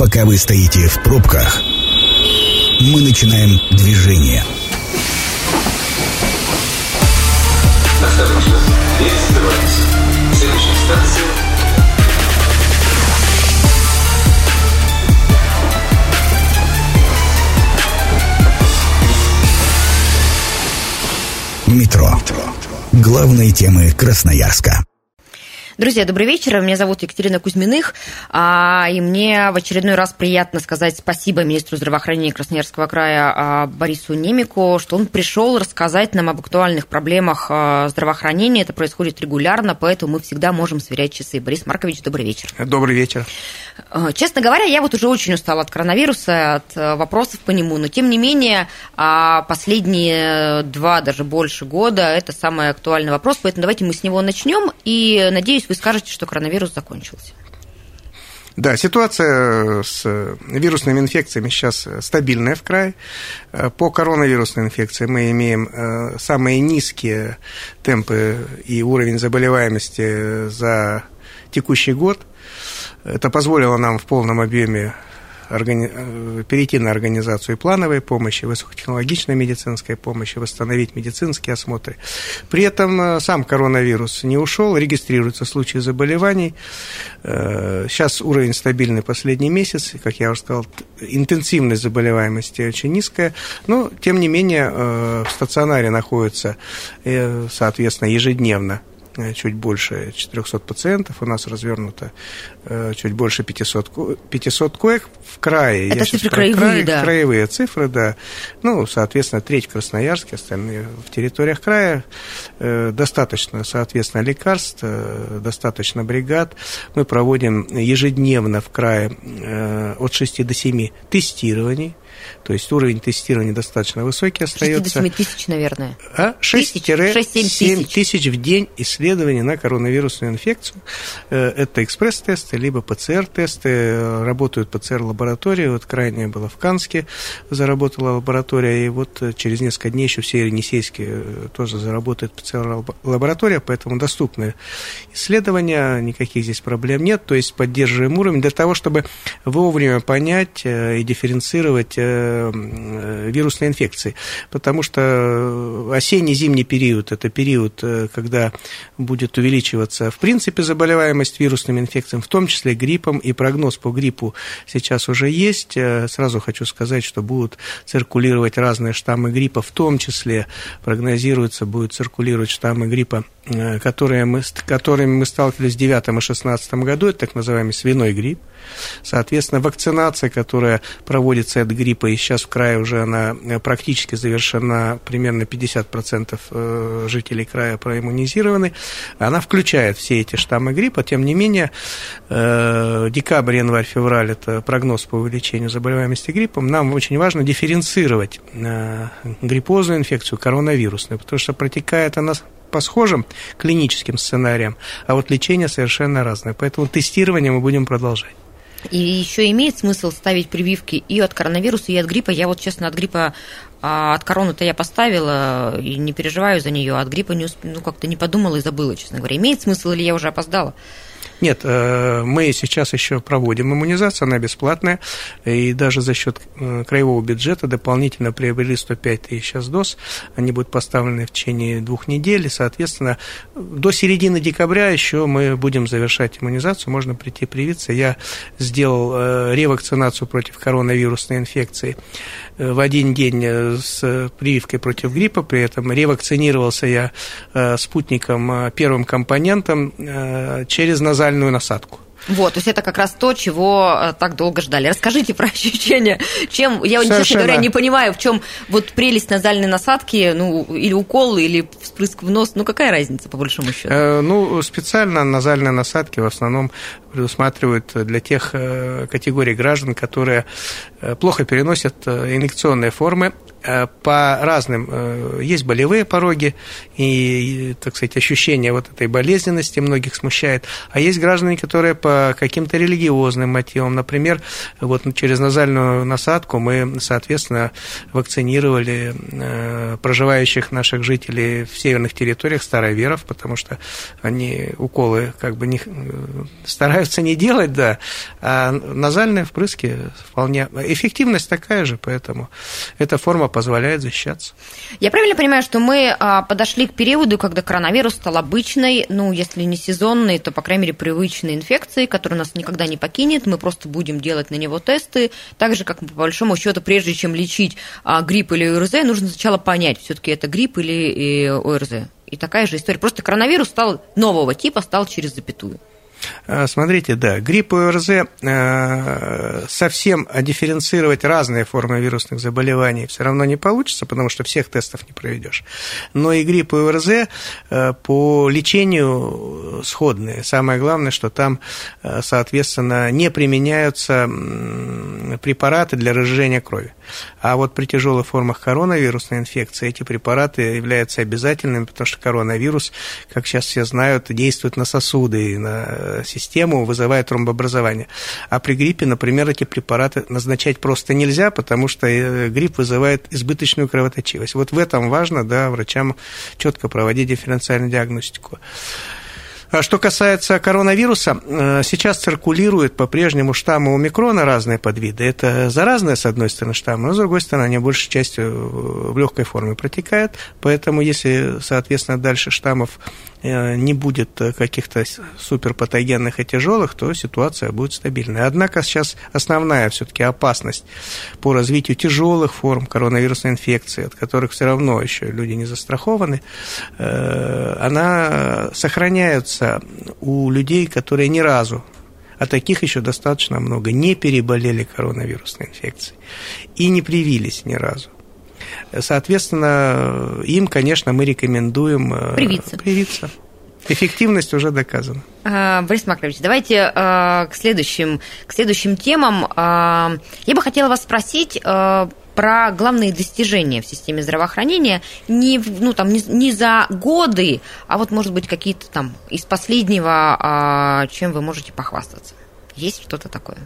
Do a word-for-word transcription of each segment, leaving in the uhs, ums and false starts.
Пока вы стоите в пробках, мы начинаем движение. Осторожно, дверь закрывается. Следующая станция. Метро. Главные темы Красноярска. Друзья, добрый вечер. Меня зовут Екатерина Кузьминых, и мне в очередной раз приятно сказать спасибо министру здравоохранения Красноярского края Борису Немику, что он пришел рассказать нам об актуальных проблемах здравоохранения. Это происходит регулярно, поэтому мы всегда можем сверять часы. Борис Маркович, добрый вечер. Добрый вечер. Честно говоря, я вот уже очень устала от коронавируса, от вопросов по нему, но тем не менее последние два, даже больше года это самый актуальный вопрос, поэтому давайте мы с него начнем, и, надеюсь, вы скажете, что коронавирус закончился. Да, ситуация с вирусными инфекциями сейчас стабильная в крае. По коронавирусной инфекции мы имеем самые низкие темпы и уровень заболеваемости за текущий год. Это позволило нам в полном объеме органи... перейти на организацию плановой помощи, высокотехнологичной медицинской помощи, восстановить медицинские осмотры. При этом сам коронавирус не ушел, регистрируются случаи заболеваний. Сейчас уровень стабильный последний месяц, как я уже сказал, интенсивность заболеваемости очень низкая, но, тем не менее, в стационаре находится, соответственно, ежедневно чуть больше четырехсот пациентов, у нас развернуто чуть больше пятисот, пятисот коек в крае. Это Я цифры краевые, край, да. Краевые цифры, да. Ну, соответственно, треть в Красноярске, остальные в территориях края. Достаточно, соответственно, лекарств, достаточно бригад. Мы проводим ежедневно в крае от шести до семи тестирований. То есть уровень тестирования достаточно высокий остается. шесть до семи тысяч, наверное. А? шесть-семь тысяч в день исследований на коронавирусную инфекцию. Это экспресс-тесты, либо ПЦР-тесты. Работают ПЦР-лаборатории. Вот крайнее было в Канске, заработала лаборатория. И вот через несколько дней еще в Северо-Енисейске тоже заработает ПЦР-лаборатория. Поэтому доступны исследования, никаких здесь проблем нет. То есть поддерживаем уровень для того, чтобы вовремя понять и дифференцировать вирусной инфекции, потому что осенне-зимний период – это период, когда будет увеличиваться, в принципе, заболеваемость вирусными инфекциями, в том числе гриппом, и прогноз по гриппу сейчас уже есть. Сразу хочу сказать, что будут циркулировать разные штаммы гриппа, в том числе прогнозируется, будут циркулировать штаммы гриппа, которые мы, с которыми мы сталкивались в две тысячи девятом и две тысячи шестнадцатом году, это так называемый свиной грипп. Соответственно, вакцинация, которая проводится от гриппа, и сейчас в крае уже она практически завершена, примерно пятьдесят процентов жителей края проиммунизированы, она включает все эти штаммы гриппа. Тем не менее, декабрь, январь, февраль – это прогноз по увеличению заболеваемости гриппом. Нам очень важно дифференцировать гриппозную инфекцию, коронавирусную, потому что протекает она по схожим клиническим сценариям, а вот лечение совершенно разное. Поэтому тестирование мы будем продолжать. И еще имеет смысл ставить прививки и от коронавируса, и от гриппа. Я вот, честно, от гриппа, от короны-то я поставила и не переживаю за нее, а от гриппа не усп... ну, как-то не подумала и забыла, честно говоря. Имеет смысл или я уже опоздала? Нет, мы сейчас еще проводим иммунизацию, она бесплатная, и даже за счет краевого бюджета дополнительно приобрели сто пять тысяч сейчас доз, они будут поставлены в течение двух недель, и, соответственно, до середины декабря еще мы будем завершать иммунизацию, можно прийти привиться. Я сделал ревакцинацию против коронавирусной инфекции в один день с прививкой против гриппа, при этом ревакцинировался я спутником, первым компонентом через назальную насадку. Вот, то есть это как раз то, чего так долго ждали. Расскажите про ощущения. Чем, я, Совершенно. честно говоря, не понимаю, в чем вот прелесть назальной насадки, ну, или укол, или вспрыск в нос, ну, какая разница, по большому счету? Э, ну, специально назальные насадки в основном предусматривают для тех категорий граждан, которые плохо переносят инъекционные формы по разным, есть болевые пороги, и, так сказать, ощущение вот этой болезненности многих смущает, а есть граждане, которые по каким-то религиозным мотивам, например, вот через назальную насадку мы, соответственно, вакцинировали проживающих наших жителей в северных территориях староверов, потому что они уколы как бы не, стараются не делать, да, а назальные впрыски вполне... Эффективность такая же, поэтому эта форма позволяет защищаться. Я правильно понимаю, что мы подошли к периоду, когда коронавирус стал обычной, ну, если не сезонной, то, по крайней мере, привычной инфекцией, которая нас никогда не покинет, мы просто будем делать на него тесты, так же, как, по большому счету, прежде чем лечить грипп или ОРЗ, нужно сначала понять, все-таки это грипп или ОРЗ. И такая же история. Просто коронавирус стал нового типа, стал через запятую. Смотрите, да, грипп и ОРЗ, совсем дифференцировать разные формы вирусных заболеваний все равно не получится, потому что всех тестов не проведешь. Но и грипп и ОРЗ по лечению сходные. Самое главное, что там, соответственно, не применяются препараты для разжижения крови. А вот при тяжелых формах коронавирусной инфекции эти препараты являются обязательными, потому что коронавирус, как сейчас все знают, действует на сосуды и на систему, вызывает тромбообразование. А при гриппе, например, эти препараты назначать просто нельзя, потому что грипп вызывает избыточную кровоточивость. Вот в этом важно, да, врачам четко проводить дифференциальную диагностику. Что касается коронавируса, сейчас циркулируют по-прежнему штаммы омикрона, разные подвиды. Это заразные, с одной стороны, штаммы, но, с другой стороны, они большей частью в легкой форме протекают. Поэтому, если, соответственно, дальше штаммов не будет каких-то суперпатогенных и тяжелых, то ситуация будет стабильной. Однако сейчас основная все-таки опасность по развитию тяжелых форм коронавирусной инфекции, от которых все равно еще люди не застрахованы, она сохраняется у людей, которые ни разу, а таких еще достаточно много, не переболели коронавирусной инфекцией и не привились ни разу. Соответственно, им, конечно, мы рекомендуем привиться. привиться. Эффективность уже доказана. Борис Макарович, давайте к следующим, к следующим темам. Я бы хотела вас спросить про главные достижения в системе здравоохранения не, ну, там, не, не за годы, а вот, может быть, какие-то там из последнего, чем вы можете похвастаться. Есть что-то такое?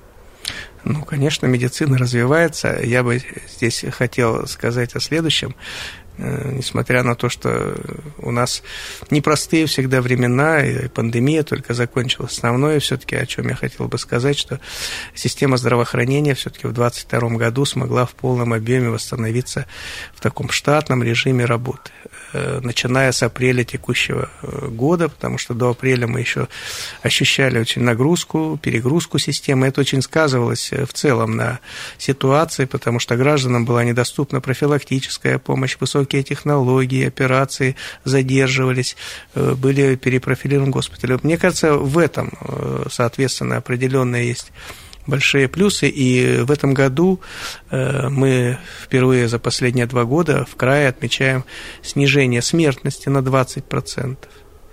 Ну, конечно, медицина развивается. Я бы здесь хотел сказать о следующем. Несмотря на то, что у нас непростые всегда времена, и пандемия только закончилась, основное все-таки, о чем я хотел бы сказать, что система здравоохранения все-таки в двадцать втором году смогла в полном объеме восстановиться в таком штатном режиме работы, начиная с апреля текущего года, потому что до апреля мы еще ощущали очень нагрузку, перегрузку системы. Это очень сказывалось в целом на ситуации, потому что гражданам была недоступна профилактическая помощь, высокие технологии, операции задерживались, были перепрофилированы госпитали. Мне кажется, в этом, соответственно, определенные есть большие плюсы, и в этом году мы впервые за последние два года в крае отмечаем снижение смертности на двадцать процентов.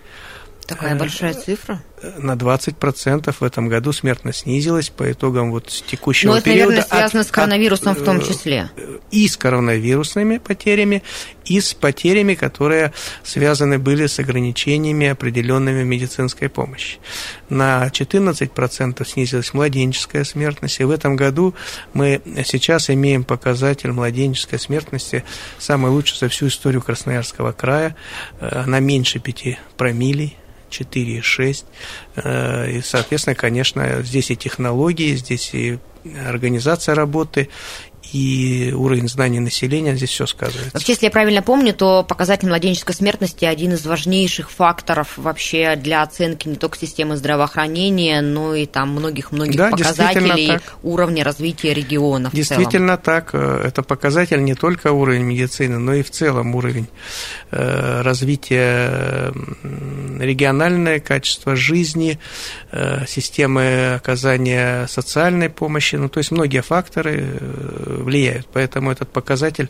Такая большая цифра? На двадцать процентов в этом году смертность снизилась по итогам вот текущего Но это, периода. наверное, связано от, с коронавирусом от, в том числе. И с коронавирусными потерями, и с потерями, которые связаны были с ограничениями определенными медицинской помощи. На четырнадцать процентов снизилась младенческая смертность, и в этом году мы сейчас имеем показатель младенческой смертности самый лучший за всю историю Красноярского края, на меньше пяти промиллей. четыре и шесть. И, соответственно, конечно, здесь и технологии, здесь и организация работы, и уровень знаний населения, здесь все сказывается. Вообще, если я правильно помню, то показатель младенческой смертности один из важнейших факторов вообще для оценки не только системы здравоохранения, но и там многих-многих да, показателей уровня развития региона в Действительно целом. так. Это показатель не только уровень медицины, но и в целом уровень развития региональное качество жизни, системы оказания социальной помощи, ну, то есть многие факторы влияют. Поэтому этот показатель,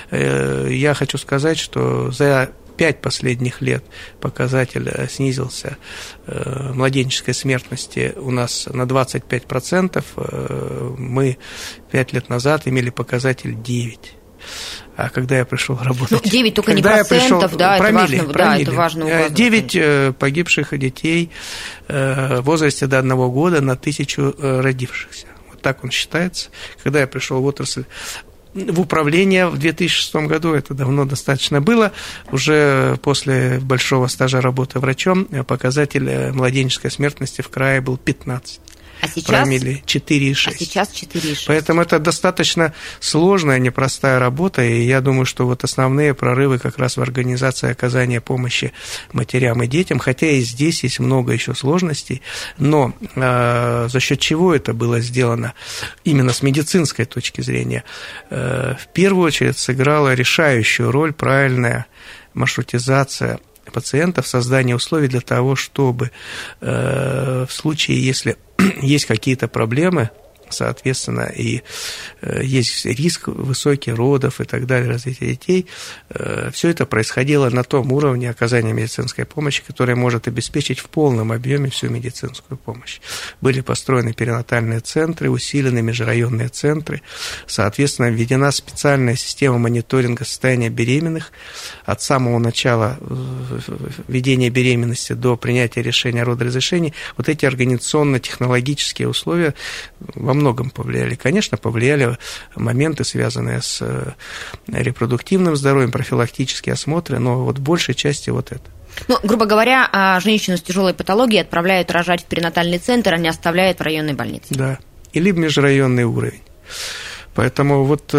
я хочу сказать, что за пять последних лет показатель снизился младенческой смертности у нас на двадцать пять процентов. Мы пять лет назад имели показатель девять. А когда я пришел работать... Ну, девять только не процентов, да, промили, это важно, промили. Да, это важно указывать. девять погибших детей в возрасте до одного года на тысячу родившихся. Вот так он считается. Когда я пришел в отрасль, в управление в две тысячи шестом году, это давно достаточно было, уже после большого стажа работы врачом показатель младенческой смертности в крае был пятнадцать. А сейчас, промилле четыре и шесть. А сейчас четыре и шесть. Поэтому это достаточно сложная, непростая работа, и я думаю, что вот основные прорывы как раз в организации оказания помощи матерям и детям, хотя и здесь есть много еще сложностей, но э, за счет чего это было сделано именно с медицинской точки зрения, э, в первую очередь сыграла решающую роль правильная маршрутизация пациентов, создание условий для того, чтобы э, в случае, если есть какие-то проблемы, соответственно, и есть риск высоких родов и так далее, развития детей, все это происходило на том уровне оказания медицинской помощи, которая может обеспечить в полном объеме всю медицинскую помощь. Были построены перинатальные центры, усилены межрайонные центры, соответственно, введена специальная система мониторинга состояния беременных от самого начала ведения беременности до принятия решения о родоразрешении. Вот эти организационно-технологические условия во многом повлияли. Конечно, повлияли моменты, связанные с репродуктивным здоровьем, профилактические осмотры, но вот в большей части вот это. Ну, грубо говоря, женщину с тяжелой патологией отправляют рожать в перинатальный центр, а не оставляют в районной больнице. Да, или в межрайонный уровень. Поэтому вот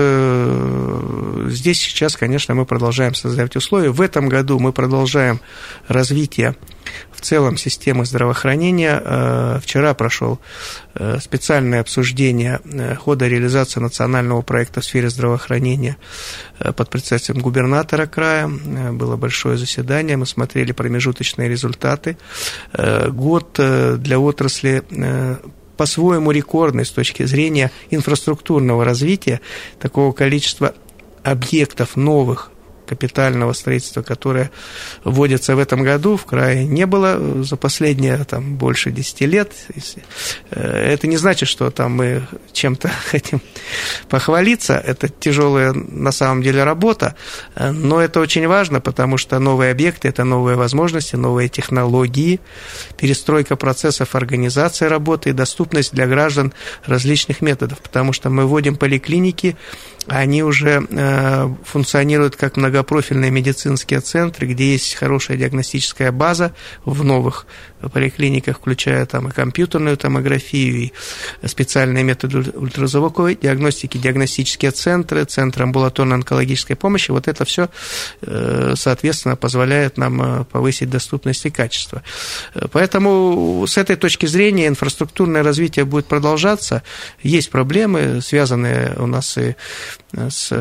э, здесь сейчас, конечно, мы продолжаем создавать условия. В этом году мы продолжаем развитие в целом системы здравоохранения. Э, вчера прошел э, специальное обсуждение э, хода реализации национального проекта в сфере здравоохранения э, под председательством губернатора края. Э, было большое заседание, мы смотрели промежуточные результаты. Э, год э, для отрасли э, по-своему рекордный с точки зрения инфраструктурного развития, такого количества объектов новых капитального строительства, которое вводится в этом году, в крае не было за последние там, больше десяти лет. Это не значит, что там мы чем-то хотим похвалиться, это тяжелая на самом деле работа, но это очень важно, потому что новые объекты – это новые возможности, новые технологии, перестройка процессов организации работы и доступность для граждан различных методов, потому что мы вводим поликлиники, они уже э, функционируют как многопрофильные медицинские центры, где есть хорошая диагностическая база в новых поликлиниках, включая там и компьютерную томографию, и специальные методы ультразвуковой диагностики, диагностические центры, центры амбулаторной онкологической помощи. Вот это все, э, соответственно, позволяет нам повысить доступность и качество. Поэтому с этой точки зрения инфраструктурное развитие будет продолжаться. Есть проблемы, связанные у нас и с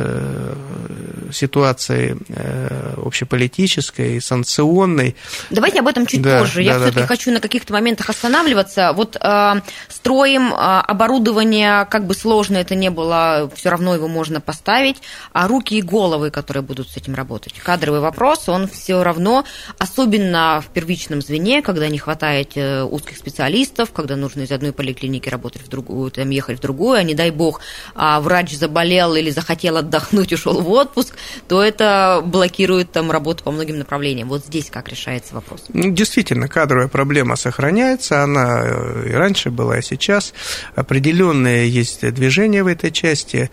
ситуацией общеполитической и санкционной. Давайте об этом чуть да, позже. Да, Я да, все-таки да. хочу на каких-то моментах останавливаться. Вот э, строим, э, оборудование, как бы сложно это ни было, все равно его можно поставить, а руки и головы, которые будут с этим работать. Кадровый вопрос, он все равно, особенно в первичном звене, когда не хватает узких специалистов, когда нужно из одной поликлиники работать в другую, там, ехать в другую, а не дай бог, врач заболел или захотел отдохнуть, ушел в отпуск, то это блокирует там работу по многим направлениям. Вот здесь как решается вопрос? Действительно, кадровая проблема сохраняется, она и раньше была, и сейчас. Определенные есть движения в этой части.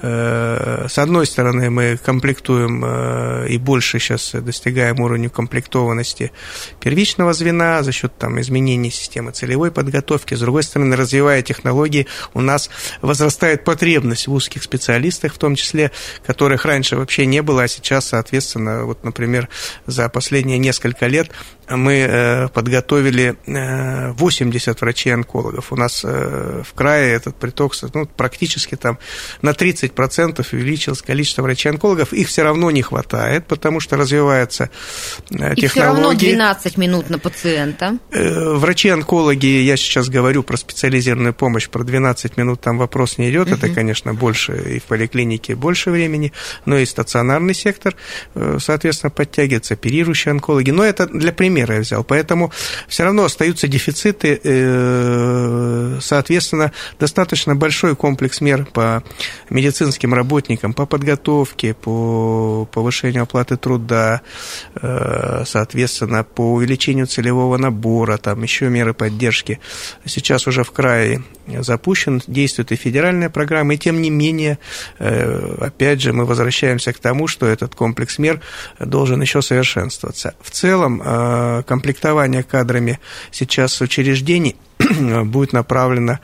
С одной стороны, мы комплектуем и больше сейчас достигаем уровня комплектованности первичного звена за счет там, изменений системы целевой подготовки. С другой стороны, развивая технологии, у нас возрастает потребность в узких специалистах, в том числе, которых раньше вообще не было, а сейчас, соответственно, вот, например, за последние несколько лет мы подготовили восемьдесят врачей-онкологов. У нас в крае этот приток ну, практически там на тридцать процентов увеличилось количество врачей-онкологов. Их все равно не хватает, потому что развивается технология. И все равно двенадцать минут на пациента. Врачи-онкологи, я сейчас говорю про специализированную помощь, про двенадцать минут там вопрос не идет. Угу. Это, конечно, больше и в поликлинике больше времени, но и стационарный сектор, соответственно, подтягивается, оперирующие онкологи. Но это для примера. примеры я взял. Поэтому все равно остаются дефициты, соответственно, достаточно большой комплекс мер по медицинским работникам, по подготовке, по повышению оплаты труда, соответственно, по увеличению целевого набора, там еще меры поддержки. Сейчас уже в крае запущен, действует и федеральная программа, и тем не менее, опять же, мы возвращаемся к тому, что этот комплекс мер должен еще совершенствоваться. В целом, комплектование кадрами сейчас учреждений будет направлено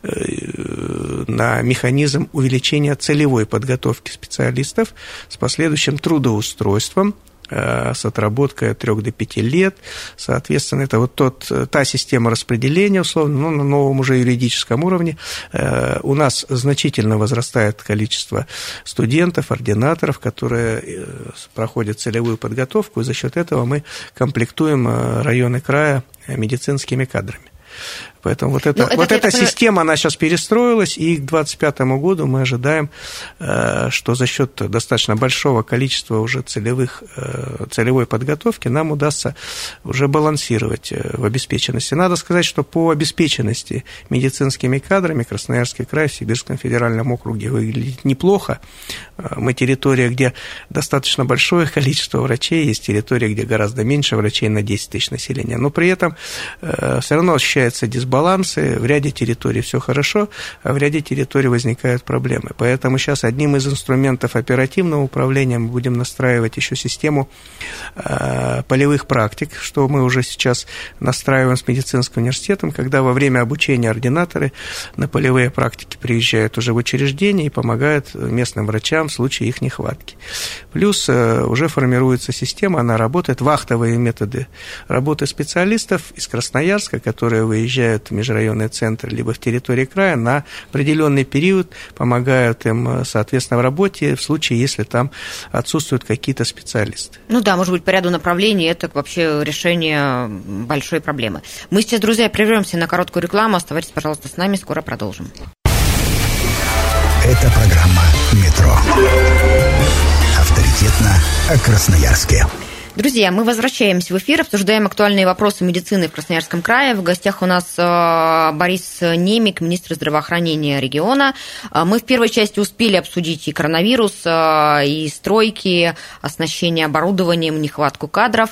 на механизм увеличения целевой подготовки специалистов с последующим трудоустройством, с отработкой от трёх до пяти лет. Соответственно, это вот тот, та система распределения, условно, ну, на новом уже юридическом уровне. У нас значительно возрастает количество студентов, ординаторов, которые проходят целевую подготовку, и за счет этого мы комплектуем районы края медицинскими кадрами. Поэтому вот, это, ну, это, вот эта понимаю... система, она сейчас перестроилась, и к двадцать пятому году мы ожидаем, что за счет достаточно большого количества уже целевых, целевой подготовки нам удастся уже балансировать в обеспеченности. Надо сказать, что по обеспеченности медицинскими кадрами Красноярский край в Сибирском федеральном округе выглядит неплохо. Мы территория, где достаточно большое количество врачей, есть территория, где гораздо меньше врачей на десять тысяч населения, но при этом все равно ощущается дисбаланс. Балансы, в ряде территорий все хорошо, а в ряде территорий возникают проблемы. Поэтому сейчас одним из инструментов оперативного управления мы будем настраивать еще систему э, полевых практик, что мы уже сейчас настраиваем с медицинским университетом, когда во время обучения ординаторы на полевые практики приезжают уже в учреждение и помогают местным врачам в случае их нехватки. Плюс э, уже формируется система, она работает, вахтовые методы работы специалистов из Красноярска, которые выезжают в межрайонный центр, либо в территории края на определенный период, помогают им, соответственно, в работе, в случае, если там отсутствуют какие-то специалисты. Ну да, может быть, по ряду направлений это вообще решение большой проблемы. Мы сейчас, друзья, прервемся на короткую рекламу. Оставайтесь, пожалуйста, с нами, скоро продолжим. Это программа «Метро». Авторитетно о Красноярске. Друзья, мы возвращаемся в эфир, обсуждаем актуальные вопросы медицины в Красноярском крае. В гостях у нас Борис Немик, министр здравоохранения региона. Мы в первой части успели обсудить и коронавирус, и стройки, оснащение оборудованием, нехватку кадров.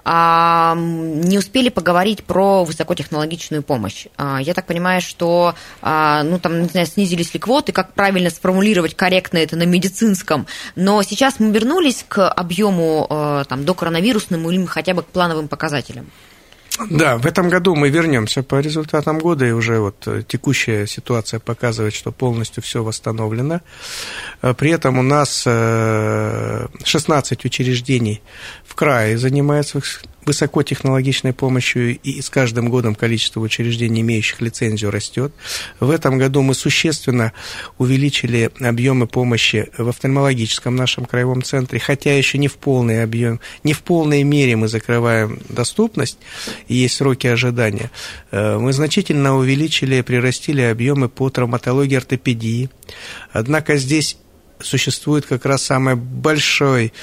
Не успели поговорить про высокотехнологичную помощь. Я так понимаю, что ну, там, не знаю, снизились ли квоты, как правильно сформулировать корректно это на медицинском. Но сейчас мы вернулись к объему там, до коронавирусному или хотя бы к плановым показателям. Да, в этом году мы вернемся по результатам года, и уже вот текущая ситуация показывает, что полностью все восстановлено. При этом у нас шестнадцать учреждений в крае занимаются высокотехнологичной помощью, и с каждым годом количество учреждений, имеющих лицензию, растет. В этом году мы существенно увеличили объемы помощи в офтальмологическом нашем краевом центре, хотя еще не в полный объем, не в полной мере мы закрываем доступность, и есть сроки ожидания. Мы значительно увеличили, прирастили объемы по травматологии, ортопедии. Однако здесь существует как раз самый большой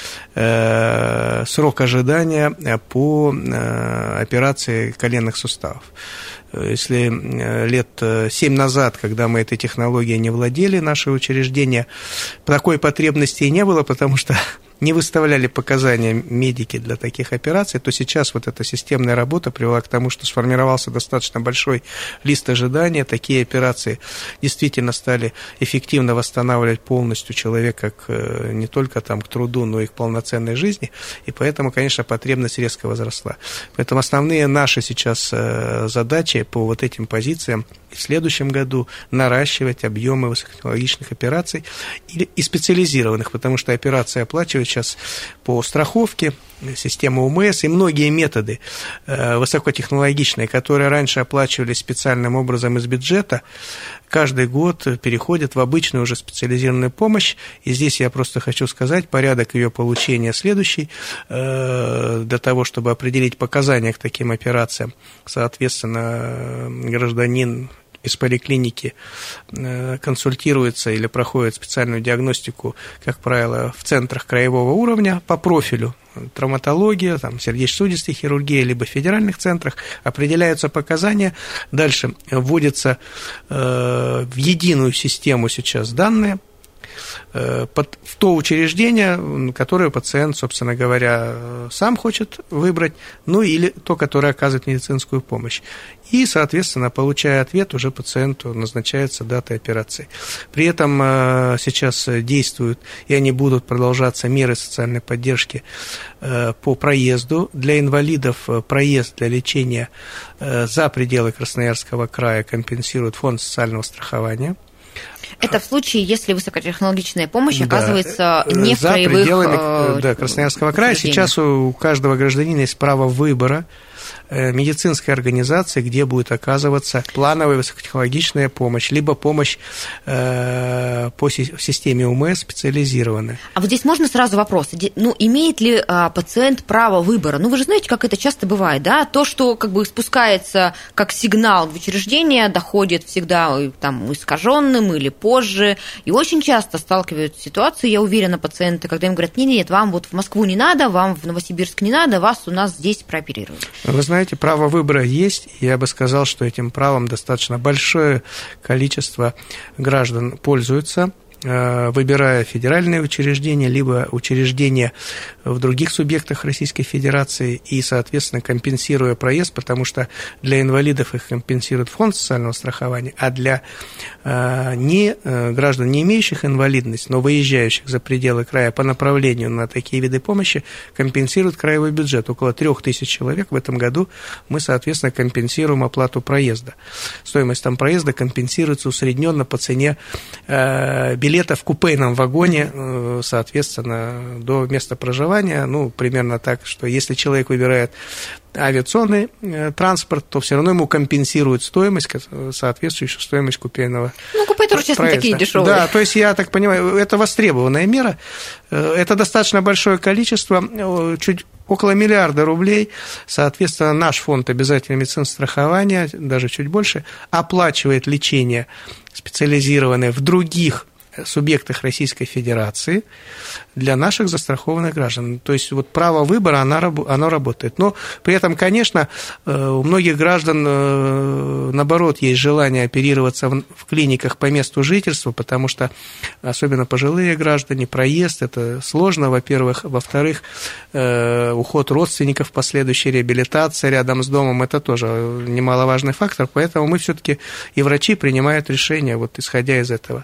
э, срок ожидания по э, операции коленных суставов. Если лет семь назад, когда мы этой технологией не владели, наши учреждения, такой потребности и не было, потому что не выставляли показания медики для таких операций, то сейчас вот эта системная работа привела к тому, что сформировался достаточно большой лист ожидания. Такие операции действительно стали эффективно восстанавливать полностью человека к, не только там, к труду, но и к полноценной жизни, и поэтому, конечно, потребность резко возросла. Поэтому основные наши сейчас задачи по вот этим позициям в следующем году наращивать объемы высокотехнологичных операций и специализированных, потому что операции оплачивают сейчас по страховке, система УМС и многие методы высокотехнологичные, которые раньше оплачивались специальным образом из бюджета, каждый год переходят в обычную уже специализированную помощь. И здесь я просто хочу сказать, порядок ее получения следующий. Для того, чтобы определить показания к таким операциям, соответственно, гражданин из поликлиники консультируется или проходит специальную диагностику, как правило, в центрах краевого уровня по профилю, травматология, там, сердечно-сосудистая хирургия, либо в федеральных центрах, определяются показания, дальше вводятся э, в единую систему сейчас данные, под, в то учреждение, которое пациент, собственно говоря, сам хочет выбрать, ну или то, которое оказывает медицинскую помощь. И, соответственно, получая ответ, уже пациенту назначается дата операции. При этом сейчас действуют, и они будут продолжаться, меры социальной поддержки по проезду. Для инвалидов проезд для лечения за пределы Красноярского края компенсирует фонд социального страхования. Это в случае, если высокотехнологичная помощь да, оказывается не в за краевых пределами да, Красноярского края. Сейчас у каждого гражданина есть право выбора медицинской организации, где будет оказываться плановая высокотехнологичная помощь, либо помощь э, по си- в системе УМС специализированная. А вот здесь можно сразу вопрос. Ну, имеет ли а, пациент право выбора? Ну, вы же знаете, как это часто бывает, да? То, что как бы спускается как сигнал в учреждение, доходит всегда там искаженным или позже. И очень часто сталкиваются с ситуацией, я уверена, пациенты, когда им говорят, нет-нет, вам вот в Москву не надо, вам в Новосибирск не надо, вас у нас здесь прооперируют. Вы знаете, право выбора есть, я бы сказал, что этим правом достаточно большое количество граждан пользуются, выбирая федеральные учреждения, либо учреждения в других субъектах Российской Федерации и, соответственно, компенсируя проезд, потому что для инвалидов их компенсирует фонд социального страхования, а для э, не, э, граждан, не имеющих инвалидность, но выезжающих за пределы края по направлению на такие виды помощи, компенсирует краевой бюджет. Около трех тысяч человек в этом году мы, соответственно, компенсируем оплату проезда. Стоимость там проезда компенсируется усредненно по цене э, билета билета в купейном вагоне, соответственно, до места проживания, ну, примерно так, что если человек выбирает авиационный транспорт, то все равно ему компенсируют стоимость, соответствующую стоимость купейного Ну, купе тоже сейчас не такие дешевые. Да, то есть, я так понимаю, это востребованная мера, это достаточно большое количество, чуть около миллиарда рублей, соответственно, наш фонд обязательного медицинского страхования, даже чуть больше, оплачивает лечение специализированное в других субъектах Российской Федерации для наших застрахованных граждан. То есть вот право выбора, оно, оно работает. Но при этом, конечно, у многих граждан, наоборот, есть желание оперироваться в, в клиниках по месту жительства, потому что, особенно пожилые граждане, проезд – это сложно, во-первых. Во-вторых, уход родственников, последующая реабилитация рядом с домом – это тоже немаловажный фактор. Поэтому мы все-таки, и врачи принимают решения, вот исходя из этого.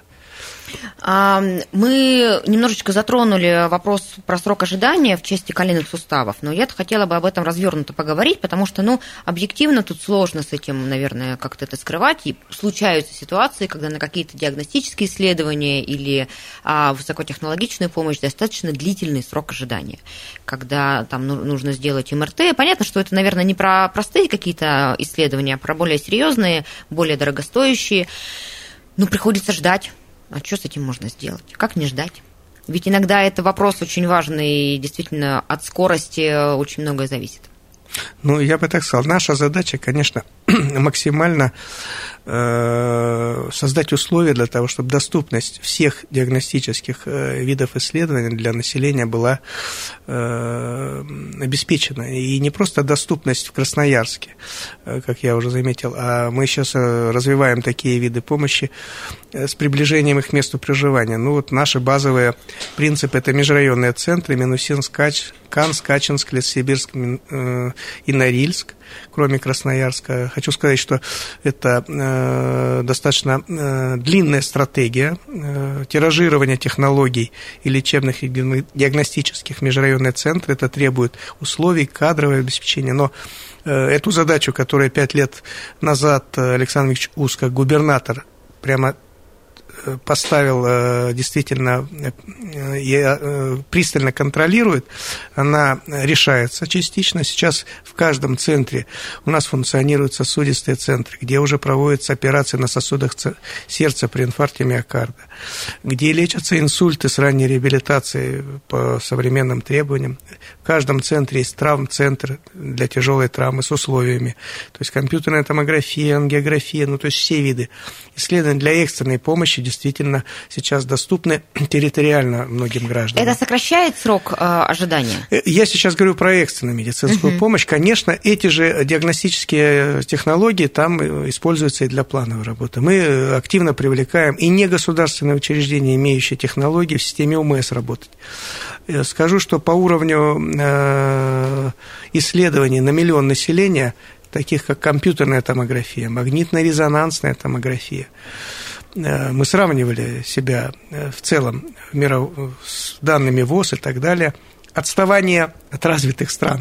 Мы немножечко затронули вопрос про срок ожидания в части коленных суставов, но я хотела бы об этом развернуто поговорить, потому что, ну, объективно тут сложно с этим, наверное, как-то это скрывать, и случаются ситуации, когда на какие-то диагностические исследования или а, высокотехнологичную помощь достаточно длительный срок ожидания, когда там нужно сделать эм эр тэ. Понятно, что это, наверное, не про простые какие-то исследования, а про более серьезные, более дорогостоящие, но приходится ждать. А что с этим можно сделать? Как не ждать? Ведь иногда это вопрос очень важный, и действительно от скорости очень многое зависит. Ну, я бы так сказал, наша задача, конечно, максимально э, создать условия для того, чтобы доступность всех диагностических э, видов исследований для населения была э, обеспечена. И не просто доступность в Красноярске, э, как я уже заметил, а мы сейчас э, развиваем такие виды помощи э, с приближением их к месту проживания. Ну, вот наши базовые принципы – это межрайонные центры Минусинск, Кач, Канск, Качинск, Лессибирск э, и Норильск, кроме Красноярска. Хочу сказать, что это э, достаточно э, длинная стратегия э, тиражирования технологий и лечебных и диагностических межрайонных центров. Это требует условий, кадровое обеспечение. Но э, эту задачу, которую пять лет назад Александр Ильич Уз, как губернатор, прямо поставил действительно и пристально контролирует, она решается частично. Сейчас в каждом центре у нас функционируют сосудистые центры, где уже проводятся операции на сосудах сердца при инфаркте миокарда, где лечатся инсульты с ранней реабилитацией по современным требованиям. В каждом центре есть травм-центр для тяжелой травмы с условиями, то есть компьютерная томография, ангиография, ну, то есть все виды исследований для экстренной помощи действительно сейчас доступны территориально многим гражданам. Это сокращает срок э, ожидания? Я сейчас говорю про экстренную медицинскую uh-huh. помощь. Конечно, эти же диагностические технологии там используются и для плановой работы. Мы активно привлекаем и негосударственные учреждения, имеющие технологии, в системе ОМС работать. Я скажу, что по уровню э, исследований на миллион населения, таких как компьютерная томография, магнитно-резонансная томография, мы сравнивали себя в целом с данными ВОЗ и так далее, отставание от развитых стран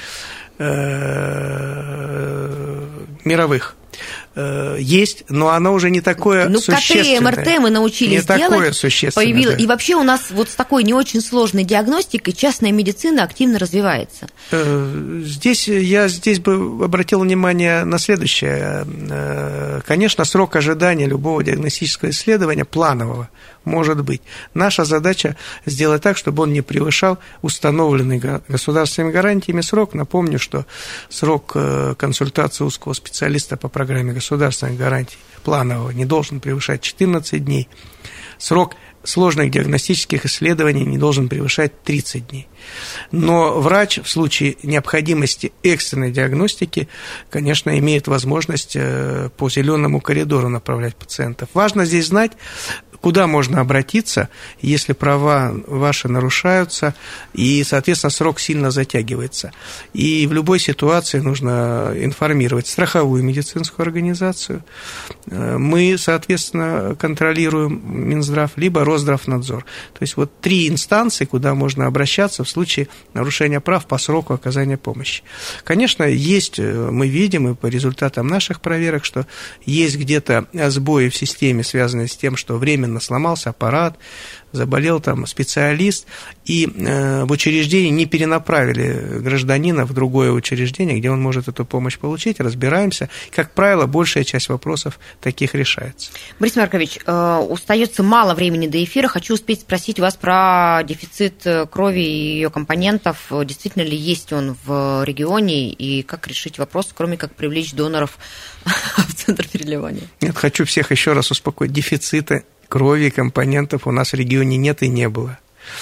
мировых есть, но оно уже не такое ну, существенное. Ну, КТ и МРТ мы научились не делать. Появилось, да. И вообще у нас вот с такой не очень сложной диагностикой частная медицина активно развивается. Здесь я здесь бы обратил внимание на следующее. Конечно, срок ожидания любого диагностического исследования планового может быть. Наша задача сделать так, чтобы он не превышал установленный государственными гарантиями срок. Напомню, что срок консультации узкого специалиста по программе государственных гарантий планового не должен превышать четырнадцать дней. Срок сложных диагностических исследований не должен превышать тридцать дней. Но врач в случае необходимости экстренной диагностики, конечно, имеет возможность по зеленому коридору направлять пациентов. Важно здесь знать, куда можно обратиться, если права ваши нарушаются, и, соответственно, срок сильно затягивается. И в любой ситуации нужно информировать страховую медицинскую организацию. Мы, соответственно, контролируем Минздрав, либо Росздравнадзор. То есть вот три инстанции, куда можно обращаться в случае нарушения прав по сроку оказания помощи. Конечно, есть, мы видим, и по результатам наших проверок, что есть где-то сбои в системе, связанные с тем, что временно сломался аппарат, заболел там специалист, и э, в учреждении не перенаправили гражданина в другое учреждение, где он может эту помощь получить, разбираемся. Как правило, большая часть вопросов таких решается. Борис Маркович, э, остается мало времени до эфира. Хочу успеть спросить вас про дефицит крови и ее компонентов. Действительно ли есть он в регионе, и как решить вопрос, кроме как привлечь доноров в центр переливания? Нет, хочу всех еще раз успокоить. Дефицита крови и компонентов у нас в регионе нет и не было.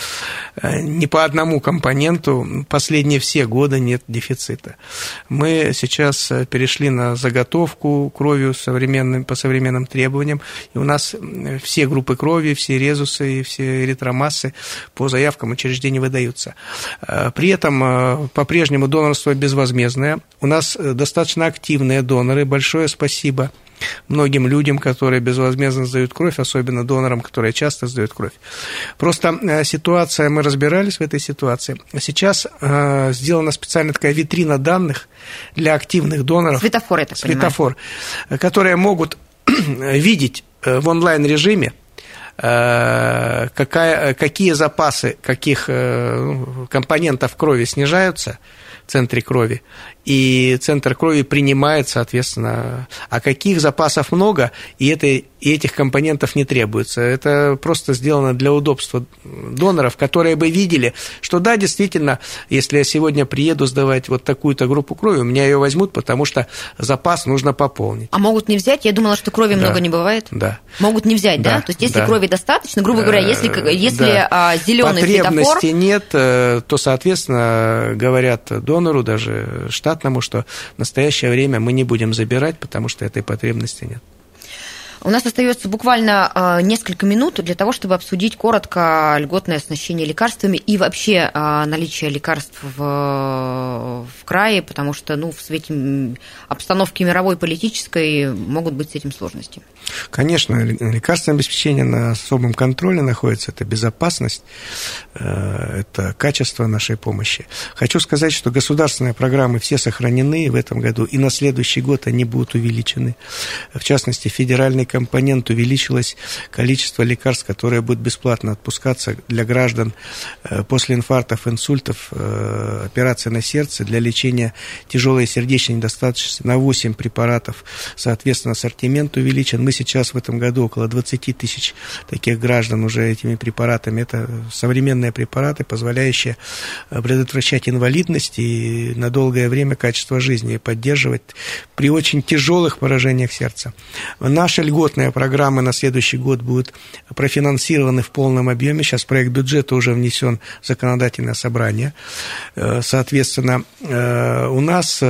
Ни по одному компоненту последние все годы нет дефицита. Мы сейчас перешли на заготовку крови современным, по современным требованиям, и у нас все группы крови, все резусы и все эритромассы по заявкам учреждений выдаются. При этом по-прежнему донорство безвозмездное. У нас достаточно активные доноры. Большое спасибо многим людям, которые безвозмездно сдают кровь, особенно донорам, которые часто сдают кровь. Просто ситуация, мы разбирались в этой ситуации. Сейчас э, сделана специальная такая витрина данных для активных доноров. Светофор, я так понимаю. Светофор, которые могут видеть в онлайн-режиме, какая, какие запасы каких компонентов крови снижаются в центре крови, и центр крови принимает, соответственно, а каких запасов много, и, это, и этих компонентов не требуется. Это просто сделано для удобства доноров, которые бы видели, что да, действительно, если я сегодня приеду сдавать вот такую-то группу крови, у меня ее возьмут, потому что запас нужно пополнить. А могут не взять? Я думала, что крови да. много не бывает. Да. Могут не взять, да? да? То есть, если да. крови достаточно, грубо говоря, если, если да. зеленый светофор... Потребности нет, то, соответственно, говорят донору, даже штатному, что в настоящее время мы не будем забирать, потому что этой потребности нет. У нас остается буквально несколько минут для того, чтобы обсудить коротко льготное оснащение лекарствами и вообще наличие лекарств в, в крае, потому что ну, в свете обстановки мировой политической могут быть с этим сложности. Конечно, лекарственное обеспечение на особом контроле находится, это безопасность, это качество нашей помощи. Хочу сказать, что государственные программы все сохранены в этом году, и на следующий год они будут увеличены. В частности, федеральный компонент увеличилось количество лекарств, которые будут бесплатно отпускаться для граждан после инфарктов, инсультов, операций на сердце, для лечения тяжелой сердечной недостаточности на восемь препаратов. Соответственно, ассортимент увеличен. Мы сейчас в этом году около двадцать тысяч таких граждан уже этими препаратами. Это современные препараты, позволяющие предотвращать инвалидность и на долгое время качество жизни и поддерживать при очень тяжелых поражениях сердца. Наши льготные программы на следующий год будут профинансированы в полном объеме. Сейчас проект бюджета уже внесен в законодательное собрание. Соответственно, у нас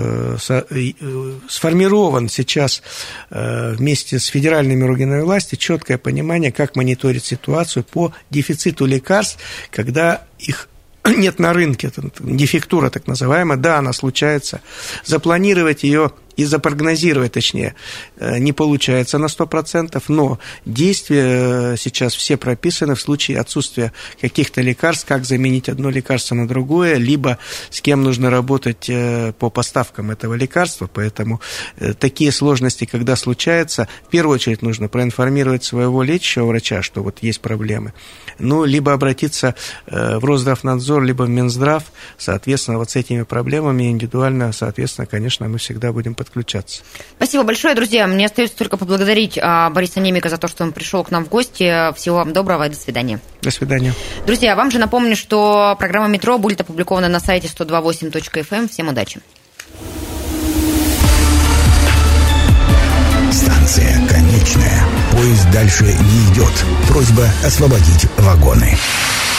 сформирован сейчас вместе с федеральными органами власти четкое понимание, как мониторить ситуацию по дефициту лекарств, когда их нет на рынке, это дефектура так называемая, да, она случается. Запланировать ее и запрогнозировать, точнее, не получается на сто процентов, но действия сейчас все прописаны в случае отсутствия каких-то лекарств, как заменить одно лекарство на другое, либо с кем нужно работать по поставкам этого лекарства, поэтому такие сложности, когда случаются, в первую очередь нужно проинформировать своего лечащего врача, что вот есть проблемы, ну, либо обратиться в Росздравнадзор, либо в Минздрав, соответственно, вот с этими проблемами индивидуально, соответственно, конечно, мы всегда будем подключаться. Спасибо большое, друзья. Мне остается только поблагодарить Бориса Немика за то, что он пришел к нам в гости. Всего вам доброго и до свидания. До свидания. Друзья, вам же напомню, что программа «Метро» будет опубликована на сайте сто два восемь точка эф эм. Всем удачи. Станция конечная. Поезд дальше не идет. Просьба освободить вагоны.